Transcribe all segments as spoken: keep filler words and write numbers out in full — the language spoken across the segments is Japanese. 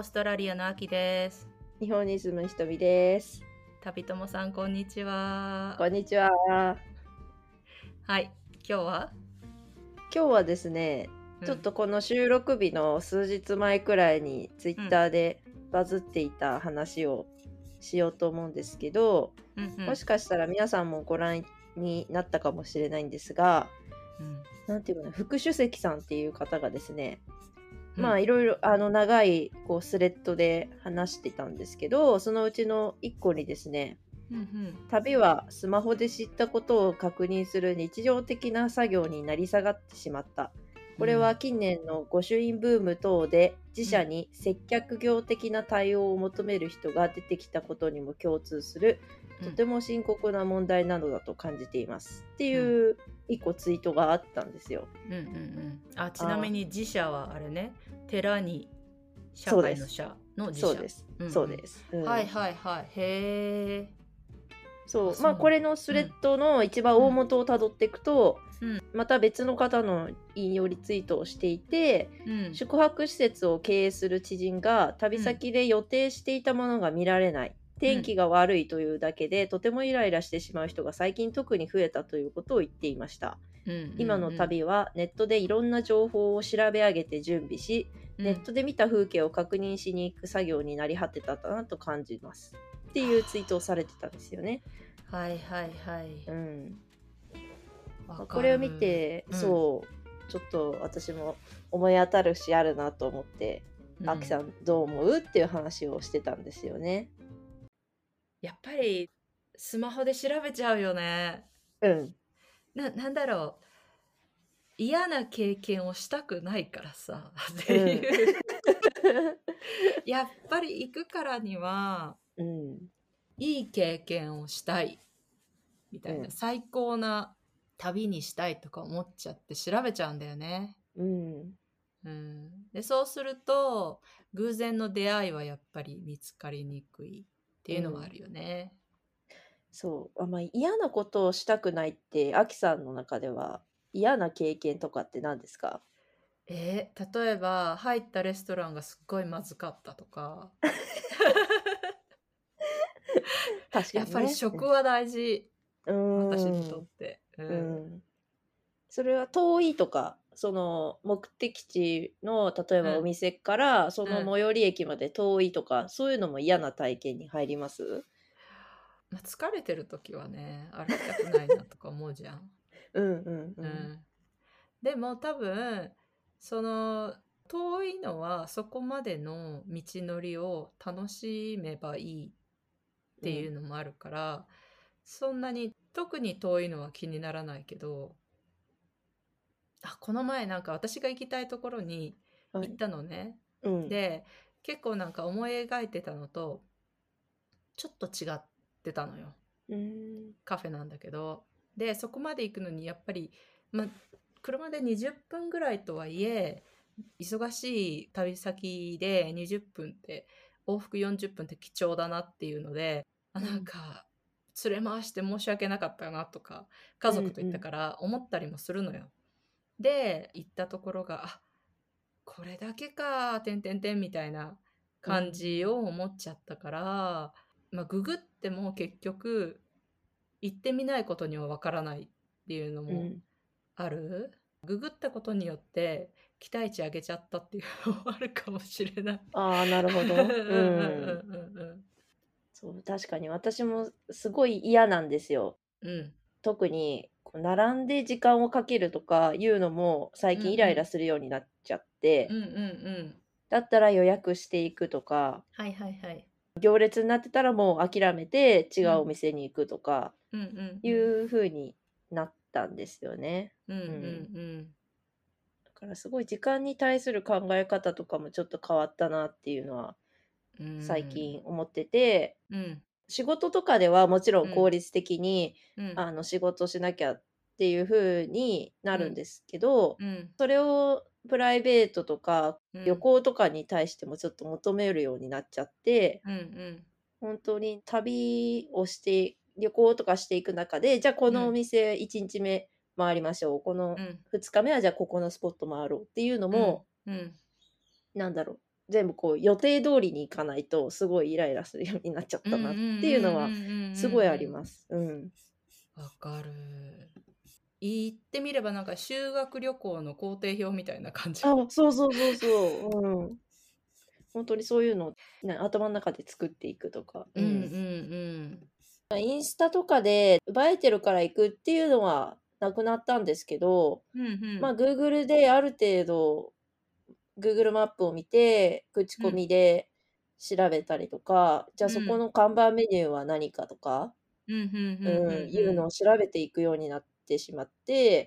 ーストラリアのあきです。 日本に住むひとみです。 旅友さん、こんにちは。 こんにちは。 はい、今日は今日はですね、 うんちょっとこの収録日の数日前くらいにツイッターでバズっていた話をしようと思うんですけど、 うんうんもしかしたら皆さんもご覧になったかもしれないんですが、 うんなんていうかな、副主席さんっていう方がですね、 うんまあいろいろあの長いこうスレッドで話してたんですけど、そのうちの一個にですね、 うんうん旅はスマホで知ったことを確認する日常的な作業になり下がってしまった。これは近年の御朱印ブーム等で自社に接客業的な対応を求める人が出てきたことにも共通するとても深刻な問題なのだと感じていますっていう一個ツイートがあったんですよ。 うんうんうんあちなみに自社はあれね、寺に社そうです会の社の自社。 そうです、 うんうんそうです、うんはいはいはい。へえ。 そうあそうまあこれのスレッドの一番大元をたどっていくと、 うんまた別の方の引用リツイートをしていて、 うん宿泊施設を経営する知人が旅先で予定していたものが見られない、天気が悪いというだけでとてもイライラしてしまう人が最近特に増えたということを言っていました。 うんうんうん今の旅はネットでいろんな情報を調べ上げて準備し、ネットで見た風景を確認しに行く作業になり果てたなと感じますっていうツイートをされてたんですよね。 はいはいはい。 うんわかるこれを見て、 うんそうちょっと私も思い当たるしあるなと思って、 うんあきさんどう思うっていう話をしてたんですよね。 やっぱりスマホで調べちゃうよね。 うんな、なんだろう。嫌な経験をしたくないからさ。っうてんいう。やっぱり行くからには、 うんいい経験をしたい。みたいな。 うん最高な旅にしたいとか思っちゃって調べちゃうんだよね。 うんうん。で、そうすると、偶然の出会いはやっぱり見つかりにくいっていうのはあるよね。 そうあ、まあ、嫌なことをしたくないってあきさんの中では嫌な経験とかって何ですか？ えー例えば入ったレストランがすっごいまずかったとか。やっぱり確かにね。 食は大事。 う私にとんって。う。 うんんそれは遠いとか、その目的地の例えばおうん店からそのうん最寄り駅まで遠いとか、そういうのも嫌な体験に入ります？ まあ、疲れてる時はね、歩きたくないなとか思うじゃん。 うんうんううんん。でも多分、その、遠いのはそこまでの道のりを楽しめばいいっていうのもあるから、そんなに特に遠いのは気にならないけど、あ、この前なんか私が行きたいところにはい行ったのね。 うんで、結構なんか思い描いてたのとちょっと違ってたのよ。 うんカフェなんだけど。で、そこまで行くのにやっぱり、ま、車でにじゅっぷんぐらいとはいえ、忙しい旅先でにじゅっぷんって往復よんじゅっぷんって貴重だなっていうので、あ、 うんなんか連れ回して申し訳なかったなとか家族と行ったから思ったりもするのよ。で、行ったところが、あ、これだけか、てんてんてんみたいな感じを思っちゃったから、まあ、ググっても結局、行ってみないことにはわからないっていうのもうんある。ググったことによって期待値上げちゃったっていうのもあるかもしれない。 ああなるほうんど。 うんうんうんそう確かに私もすごい嫌なんですよ。 うんうん。 特にこう並んで時間をかけるとかいうのも最近イライラするようになっちゃって、 うんうんうん。 だったら予約していくとか、 はいはいはい。 行列になってたらもう諦めて違うおうん店に行くとかうんうんいうんう風になったんですよね。 うんうんうん。 うんだからすごい時間に対する考え方とかもちょっと変わったなっていうのはう最ん近思ってて、 うん仕事とかではもちろうんん効率的にうんあの仕事しなきゃっていう風になうんるんですけど、 うんそれをプライベートとか旅うん行とかに対してもちょっと求めるようになっちゃって、 うんうん本当に旅をして旅行とかしていく中で、じゃあこのお店いちにちめ回りましょう。このうんふつかめはじゃあここのスポット回ろうっていうのうんも、 うんなんだろう。 全部こう予定通りにいかないとすごいイライラするようになっちゃっうんうんうんたなっていうのはうんうんすごいありうんます。うん。 わかる。言ってみればなんか修学旅行の工程表みたいな感じ。 あ、そうそうそうそう。うん。本当にそういうのを、ね、頭の中で作っていくとか。 うんうんうん。 うんインスタとかで映えてるから行くっていうのはなくなったんですけど、 うんうんまあ Google である程度 Google マップを見て、口コうんミで調べたりとか、じゃあそこうんの看板メニューは何かとか、 うんうんうんうん、いうのうんを調べていくようになってしまって、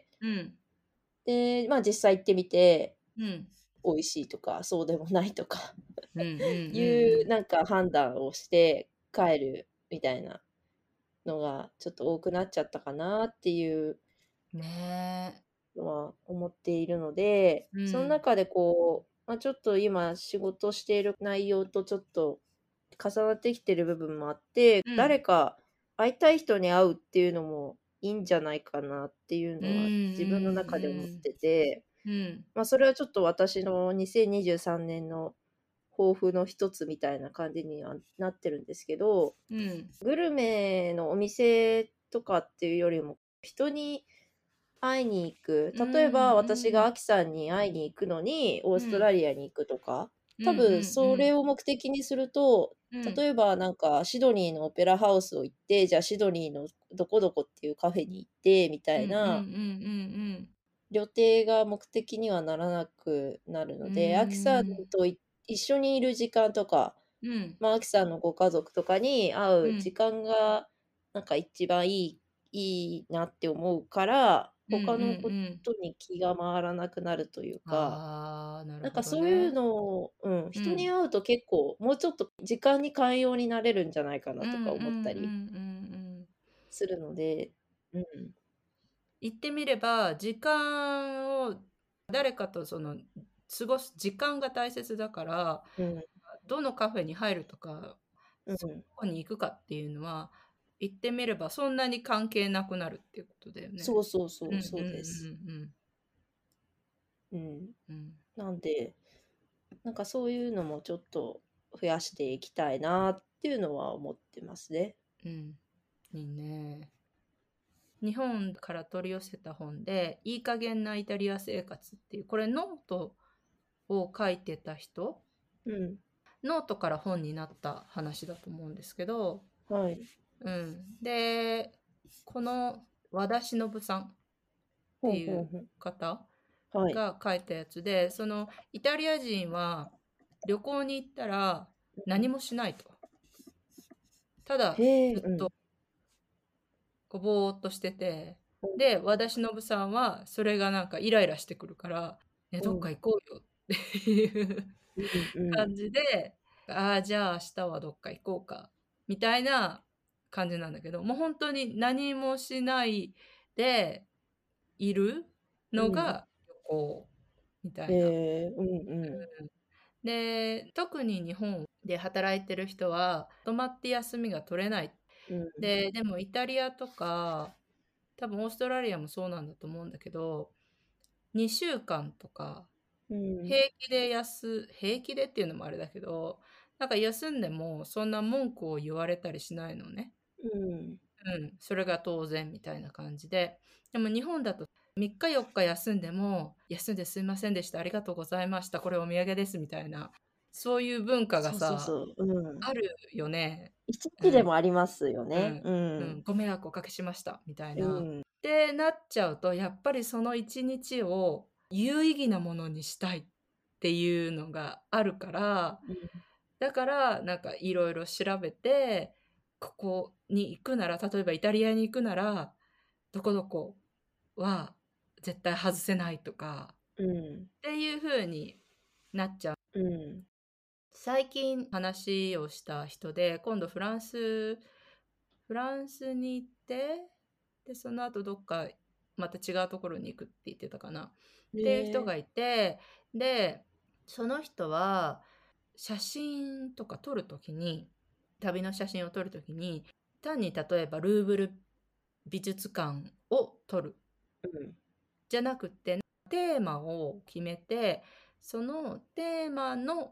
うんで、まあ実際行ってみて、 うん美味しいとか、そうでもないとかうんうんいううんなんか判断をして帰るみたいなのがちょっと多くなっちゃったかなっていううんねのは思っているので、 えうんその中でこう、まあ、ちょっと今仕事している内容とちょっと重なってきてる部分もあって、 うん誰か会いたい人に会うっていうのもいいんじゃないかなっていううんうのは自分の中で思っんてて、 うんうんまあ、それはちょっと私のにせんにじゅうさんねんの抱負の一つみたいな感じにはなってるんですけど、 うんグルメのお店とかっていうよりも人に会いに行く。 うん例えばうん私がアキさんに会いに行くのにオーストうんラリアに行くとか、多うんう分それんを目的にすると、 うん例えばなんかシドニーのオペラハウスを行って、じゃあシドニーのどこどこっていうカフェに行ってみたうんうんうんういなん旅程が目的にはならなくなるうんうので、アキさんんとい一緒にいる時間とか、 うんまあ、アキさんのご家族とかに会うんう時間がなんか一番いい、いいなって思うから、 うんうん他のこうんとに気が回らなくなるというか、 ああーなるなんほかそういうどねのを、うん、 うん人に会うと結構もうちょっと時間に寛容になれるんじゃないかなうんうんうんうとか思ったりんするので、うん、 言ってみれば時間を誰かとその過ごす時間が大切だからうん、 どのカフェに入るとかそうん。 こに行くかっていうのは言ってみればそんなに関係なくなるっていうことだよね。 そうそうそう、 うんうんそうです。 うんうん。 うんうんなんで、なんかそういうのもちょっと増やしていきたいなっていうのは思ってますね。 うんいいね。日本から取り寄せた本で「いい加減なイタリア生活」っていうこれノートを書いてた人うん。 ノートから本になった話だと思うんですけど、 はい。 うん、でこの和田忍さんってほういうほうほう。 方はい。 が書いたやつでそのイタリア人は旅行に行ったら何もしないとただへえ、 ずっとうん。 こうぼーっとしててで和田忍さんはそれがなんかイライラしてくるから「ね、 うん。 どっか行こうよ」っていううんうん。 感じで「ああじゃあ明日はどっか行こうか」みたいな感じなんだけどもう本当に何もしないでいるうん。 のが旅行みたへいな。 え、うんうん。 で特に日本で働いてる人は泊まって休みが取れない。 うん。 ででもイタリアとか多分オーストラリアもそうなんだと思うんだけどにしゅうかんとかうん。 平気で休平気でっていうのもあれだけどなんか休んでもそんな文句を言われたりしないのね。 うん。 うん、それが当然みたいな感じで。でも日本だとみっかよっか休んでも休んですいませんでしたありがとうございましたこれお土産ですみたいなそういう文化がそうそうさそう。うん。 あるよね。 一うん、 日でもありますよね。 うん、 うん。 うん、ご迷惑おかけしましたみたいな。 うん。 ってなっちゃうとやっぱりその一日を有意義なものにしたいっていうのがあるからうん。 だからなんかいろいろ調べてここに行くなら例えばイタリアに行くならどこどこは絶対外せないとかうん。 っていう風になっちゃう。 うん。 最近話をした人で今度フランスフランスに行ってでその後どっかまた違うところに行くって言ってたかなっていう人ねがいてでその人は写真とか撮るときに旅の写真を撮るときに単に例えばルーブル美術館を撮るうん。 じゃなくてテーマを決めてそのテーマの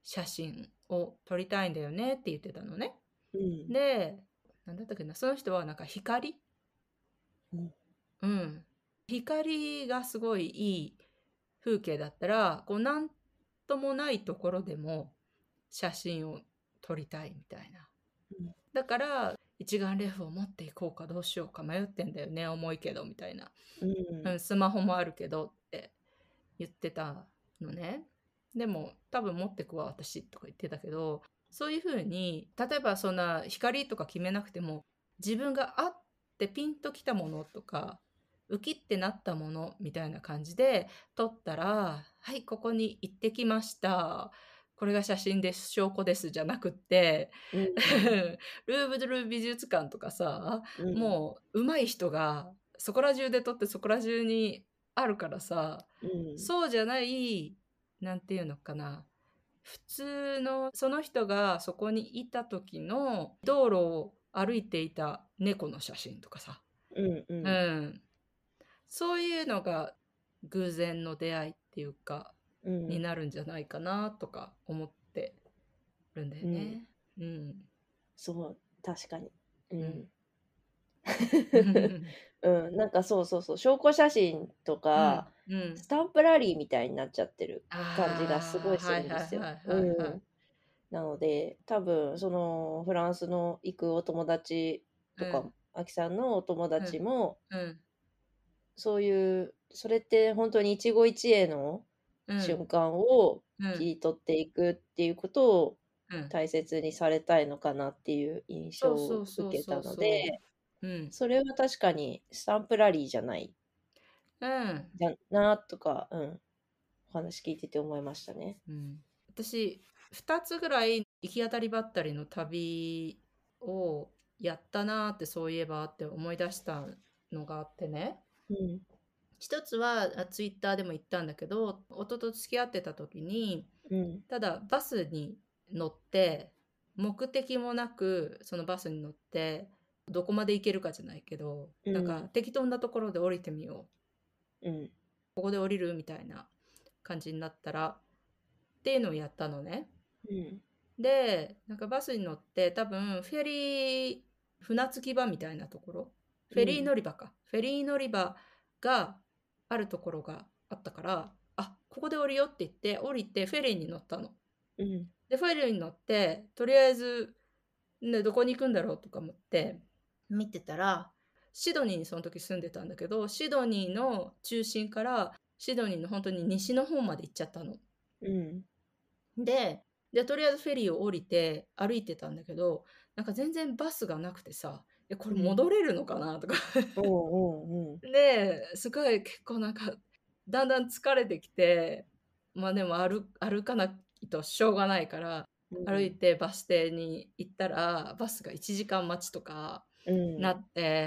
写真を撮りたいんだよねって言ってたのね。 うん。 で、なんだったっけな、その人はなんか光、 うんうん、光がすごいいい風景だったら、こうなんともないところでも写真を撮りたいみたいな。 うんだから一眼レフを持っていこうかどうしようか迷ってんだよね、重いけどみたいな。 うんうん、スマホもあるけどって言ってたのね。でも多分持ってくわ私とか言ってたけど、そういうふうに例えばそんな光とか決めなくても、自分があってピンときたものとかウキってなったものみたいな感じで撮ったら、はいここに行ってきました、これが写真です証拠ですじゃなくってうんルーブル美術館とかさ、 うんもう上手い人がそこら中で撮ってそこら中にあるからさ、 うんそうじゃないなんていうのかな、普通のその人がそこにいた時の道路を歩いていた猫の写真とかさ、 うんううんん、そういうのが偶然の出会いっていうかうんになるんじゃないかなとか思ってるんだようんね。うんそう確かにううんんうんうんなんかそうそうそう証拠写真とうかんうんスタンプラリーみたいになっちゃってる感じがすごいすああはいるんですよ。 はいはいはいはうんい。 なので多分そのフランスの行くお友達とかうんあきさんのお友うん達もうんそういうそれって本当に一期一会のうん瞬間を切うんり取っていくっていうことをうん大切にされたいのかなっていう印象そうそをうそうそう受けたので、 そう。うんそれは確かにスタンプラリーじゃないうんじゃなとか、うん、お話聞いてて思いましたね。 うん、私ふたつぐらい行き当たりばったりの旅をやったなーってそういえばって思い出したのがあってね。 うん一つはあツイッターでも言ったんだけど、夫と付き合ってた時にうんただバスに乗って目的もなくそのバスに乗ってどこまで行けるかじゃないけど、なんかうん適当なところで降りてみよう、 うんここで降りるみたいな感じになったらっていうのをやったのね。 うんでなんかバスに乗って多分フェリー船着き場みたいなところ、フェリー乗り場か、フェリー乗り場があるところがあったから、あここで降りようって言って降りてフェリーに乗ったの。 うんでフェリーに乗ってとりあえず、ね、どこに行くんだろうとか思って見てたら、シドニーにその時住んでたんだけど、シドニーの中心からシドニーの本当に西の方まで行っちゃったの。 うんででとりあえずフェリーを降りて歩いてたんだけど、なんか全然バスがなくてさ、えこれ戻れるのかなとかおうおうおうですごい結構なんかだんだん疲れてきて、まあでも歩歩かないとしょうがないから歩いてバス停に行ったらバスがいちじかん待ちとかうんなって、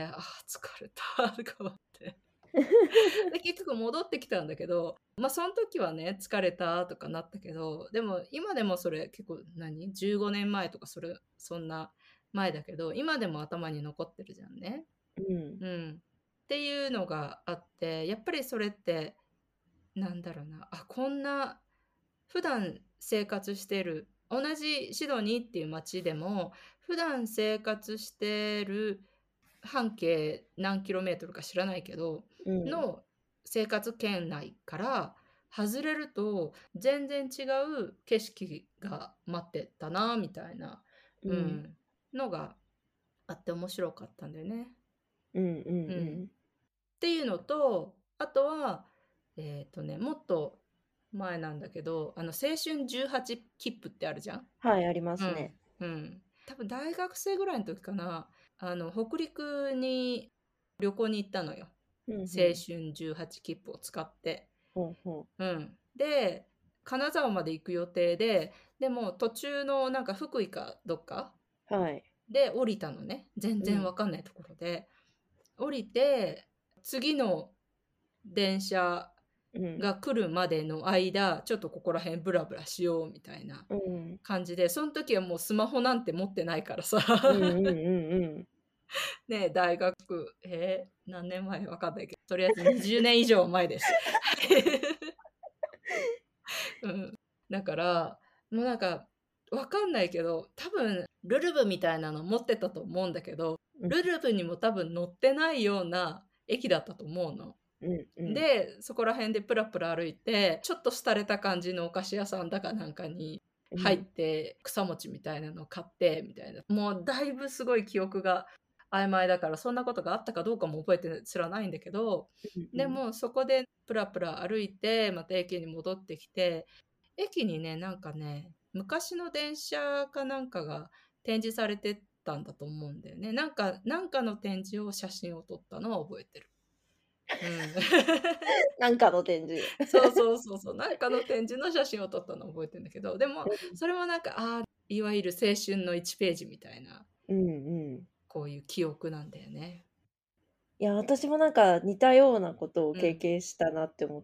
あー疲れたとか思ってで結局戻ってきたんだけど、まあその時はね疲れたとかなったけど、でも今でもそれ結構何じゅうごねんまえとかそれそんな前だけど今でも頭に残ってるじゃんね。 うんうん、っていうのがあって、やっぱりそれってなんだろうな、あこんな普段生活してる同じシドニーっていう街でも普段生活してる半径何キロメートルか知らないけどうんの生活圏内から外れると全然違う景色が待ってたなみたいな、 ううんん、のがあって面白かったんだよね。 うんううんんっていうのと、あとはえっ、とねもっと前なんだけど、あの青春じゅうはち切符ってあるじゃん。 はいありまうんすね。 うん多分大学生ぐらいの時かな、あの北陸に旅行に行ったのよ、 うんうん青春じゅうはち切符を使って。 ほうほうんで金沢まで行く予定で、でも途中のなんか福井かどっかうはいで降りたのね、全然わかんないところで、降りて次の電車うんが来るまでの間ちょっとここら辺ブラブラしようみたいなうん感じで、その時はもうスマホなんて持ってないからさうんうんうんうんねえ大学えー、何年前わかんないけどとりあえずにじゅうねん以上前です、うん、だからもうなんかわかんないけど、多分ルルブみたいなの持ってたと思うんだけど、 うんルルブにも多分乗ってないような駅だったと思うの。 うんうんで、そこら辺でプラプラ歩いて、ちょっと廃れた感じのお菓子屋さんだかなんかに入っうんて、草餅みたいなのを買ってみたいな。もうだいぶすごい記憶が曖昧だから、そんなことがあったかどうかも覚えてすらないんだけど、でうんもそこでプラプラ歩いて、また駅に戻ってきて、駅にね、なんかね、昔の電車かなんかが展示されてたんだと思うんだよね。なんか、なんかの展示を写真を撮ったのは覚えてる。うん。 なんかの展示。 そうそうそうそう。なんかの展示の写真を撮ったのを覚えてるんだけど、でも、それもなんか、ああ、いわゆる青春のいちページみたいな、 うんうん。 こういう記憶なんだよね。 いや、私もなんか似たようなことを経うん。 験したなって思って、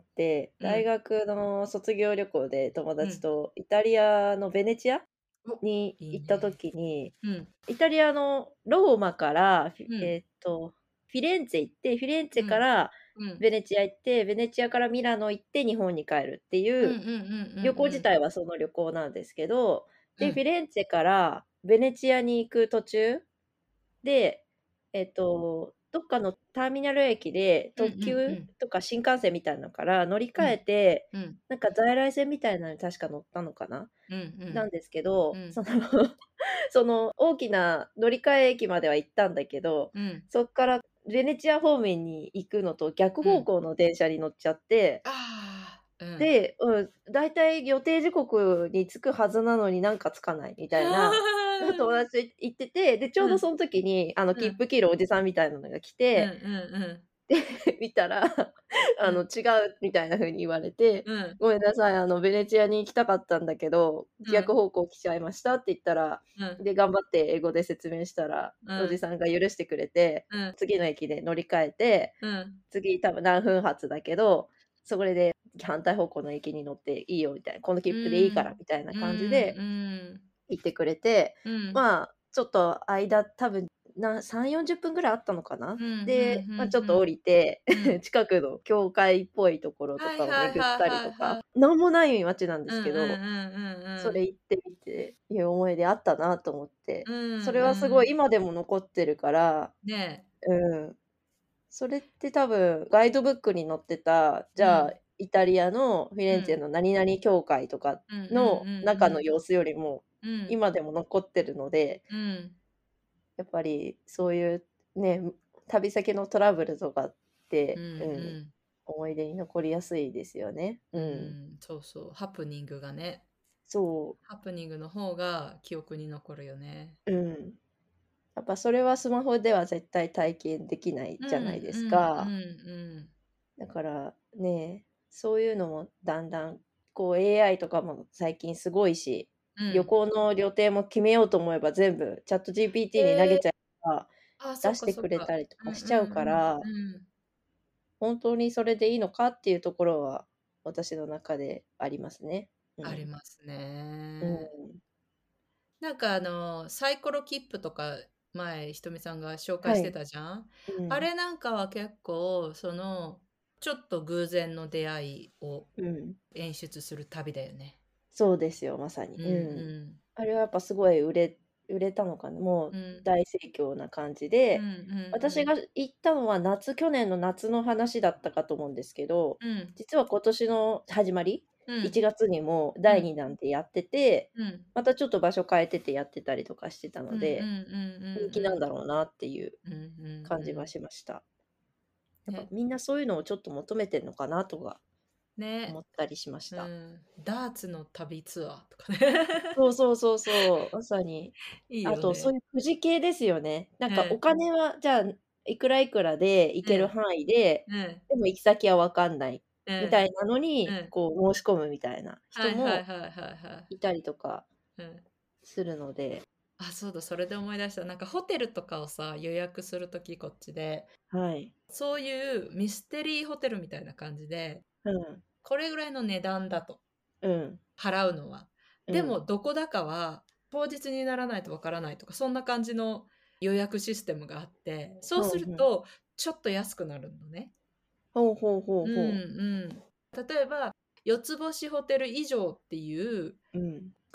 大うん。 学の卒業旅行で友達うん。 とイタリアのベネチアお、 にいい行ったね。 時に、 うん。 イタリアのローマからフィ、 うん。 えーっと、フィレンツェ行って、フィレンツうん。 ェからうん。 ベネチア行って、ベネチアからミラノ行って日本に帰るっていううんうんうん旅行自うん体はその旅行なんですけど、で、フィうん。 レンツェからベネチアに行く途中で、えっと、どっかのターミナル駅でうんう特急んうんとか新幹線みたいなのから乗り換えうんて、 うんなんか在来線みたいなのに確か乗ったのかなうんうんなんですけど、 うんそのその大きな乗り換え駅までは行ったんだけど、 うんそっからベネチア方面に行くのと逆うん。 方向の電車に乗っちゃって、 ああ、うん。 で、うん、だいたい予定時刻に着くはずなのになんか着かないみたいな、友達と言ってて、で、ちょううんどその時に、あの、 うん。 切符切るおじさんみたいなのが来うんうて、 んで、見たら、あの、 うん違うみたいな風に言われて、 うんごめんなさい、あの、ベネチアに行きたかったんだけど、逆うん方向来ちゃいましたって言ったら、 うんで、頑張って英語で説明したら、 うんおじさんが許してくれて、 うん次の駅で乗り換えて、 うん次多分何分発だけど、それで反対方向の駅に乗っていいよみたいな、このう切符でいいからんみたいなう感じでん言ってくれて、 うんまあ、ちょっと間、多分なさん、よんじゅっぷんぐらいあったのかな。 うんうんで、まあ、ちょっうんと降りて、 うんうん近くの教会っぽいところとはいかをはいはい巡ったりとか、 はいはい。 なんもない街なんでうんうんすけど、それうん行ってみて、いう思い出あったなと思って、 うんうん。 そうんれはすごいうん。 今でも残ってるから、 ねうん。それって多分ガイドブックに載ってた、 え。 じゃあ、 うんイタリアのフィレンツェうんの何々教会とかうんうんの中のうん様子よりも、 うんうん今でも残ってるので、 うんやっぱりそういうね、旅先のトラブルとかっうんて、うん、 うん思い出に残りやすいですよね。 ううん。 ん、そうそう、ハプニングがね、 そハプニングの方が記憶に残るよね。 う。うん。やっぱそれはスマホでは絶対体験できないうんじゃないですうんうか。 んだからね、そういうのもだんだん、こう エーアイ とかも最近すごいし、 うん。うん。 旅行の予定も決めようと思えば全部チャット ジーピーティー に投えー、 げちゃえばあ、そっ出してくれかそっか。 たりとうんかしちゃうかうんら、 うんうん。 本当にそれでいいのかっていうところは私の中でありますね。うありん。 ますうん。 ね。なんかあの、サイコロ切符とか前、ひとみさんが紹介してはい。 たじゃん。 うん。 あれなんかは結構、その、ちょっと偶然の出会いをうん。 演出する旅だよね。 そうですよ、まさに。 うんうん。 うあれはやっぱすごい売れ売れたのかな、もうん。うん。 大盛況な感じうんうで、私んが行ったのは夏去年の夏の話だったかと思うんですけど、 うん。うん実は今年の始まり、 うんいちがつにもだいうんにだんでやってて、 うんまたちょっと場所変えててやってたりとかしてたうんうんので、人気なんだろうなっていううんうんうんうん感じはしました。やっぱね。 みんなそういうのをちょっと求めてるのかなとかね。 思ったりしましうた。 ん。ダーツの旅ツアーとかね。 そうそうそうそう、まさに。 いいあと、そうよね。 いうくじ系ですよね。なんかおうん。 金は、じゃあ、いくらいくらで行けるうん。 範囲で、 うんでも行き先は分かんないみたうんいなのに、 うん。 こう申し込むみたいなはいはい人もはいはいはい。 いたりとかうん。 するので、 あ、そうだ、それで思い出した。なんかホテルとかをさ、予約するときこっちで、 はい。 そういうミステリーホテルみたいな感じで、 うん、 これぐらいの値段だと、 うん、 払うのは。でも、 うん。 どこだかは、当日にならないとわからないとか、そんな感じの予約システムがあって、そうほうほう。 すると、ちょっと安くなるのね。 ほうほうほううんほうん。例えば、四つ星ホテル以上っていうう。うん。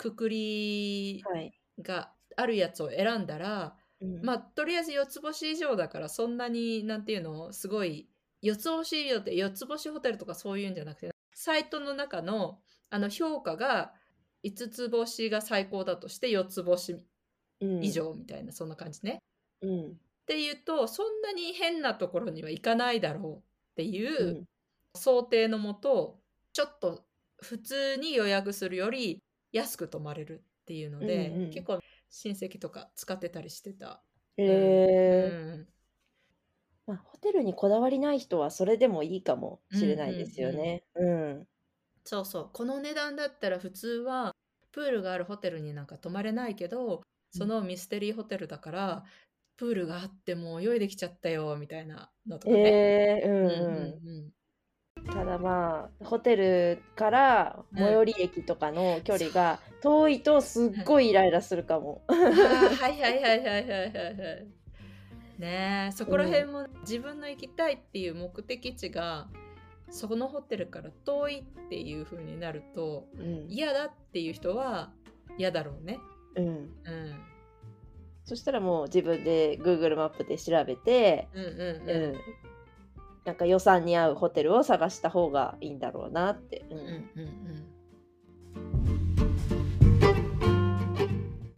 くくりはい。 があるやつを選んだら、 うん。 まあとりあえずよっつ星以上だからそんなになんていうのすごいよっつ星以上ってよっつ星ホテルとかそういうんじゃなくて、サイトの中のあの評価がいつつ星が最高だとしてよっつ星うん。 以上みたいな、そんな感じね。 うん。 っていうとそんなに変なところには行かないだろうっていううん。 想定のもと、ちょっと普通に予約するより安く泊まれるっていうのうんで、 うん。 結構親戚とか使ってたりしてた。 へうんうえ。 んまあ、ホテルにこだわりない人はそれでもいいかもうんしれないですようんうん。 ね。うん。 そうそう。この値段だったら普通はプールがあるホテルになんか泊まれないけど、そのミステリーホテルだからプールがあってもう泳いできちゃったよみたいなのとかね。 ええ、ううんんううんん。ただまあ、ホテルからうん。うん。 最寄り駅とかの距そう。 離が遠いとすっうんごいイライラするかも。 ああ、はいはいはいはいはいはいはい。ねえ、そこらうん。 辺も自分の行きたいっていう目的地がそこのホテルから遠いっていう風になるとうん。 嫌だっていう人は嫌だろうね。 うん。 うん。 そしたらもう自分で Google マップで調べて、 うんうんううん。 ん。なんか予算に合うホテルを探した方がいいんだろうなって。ううんうんん。 うん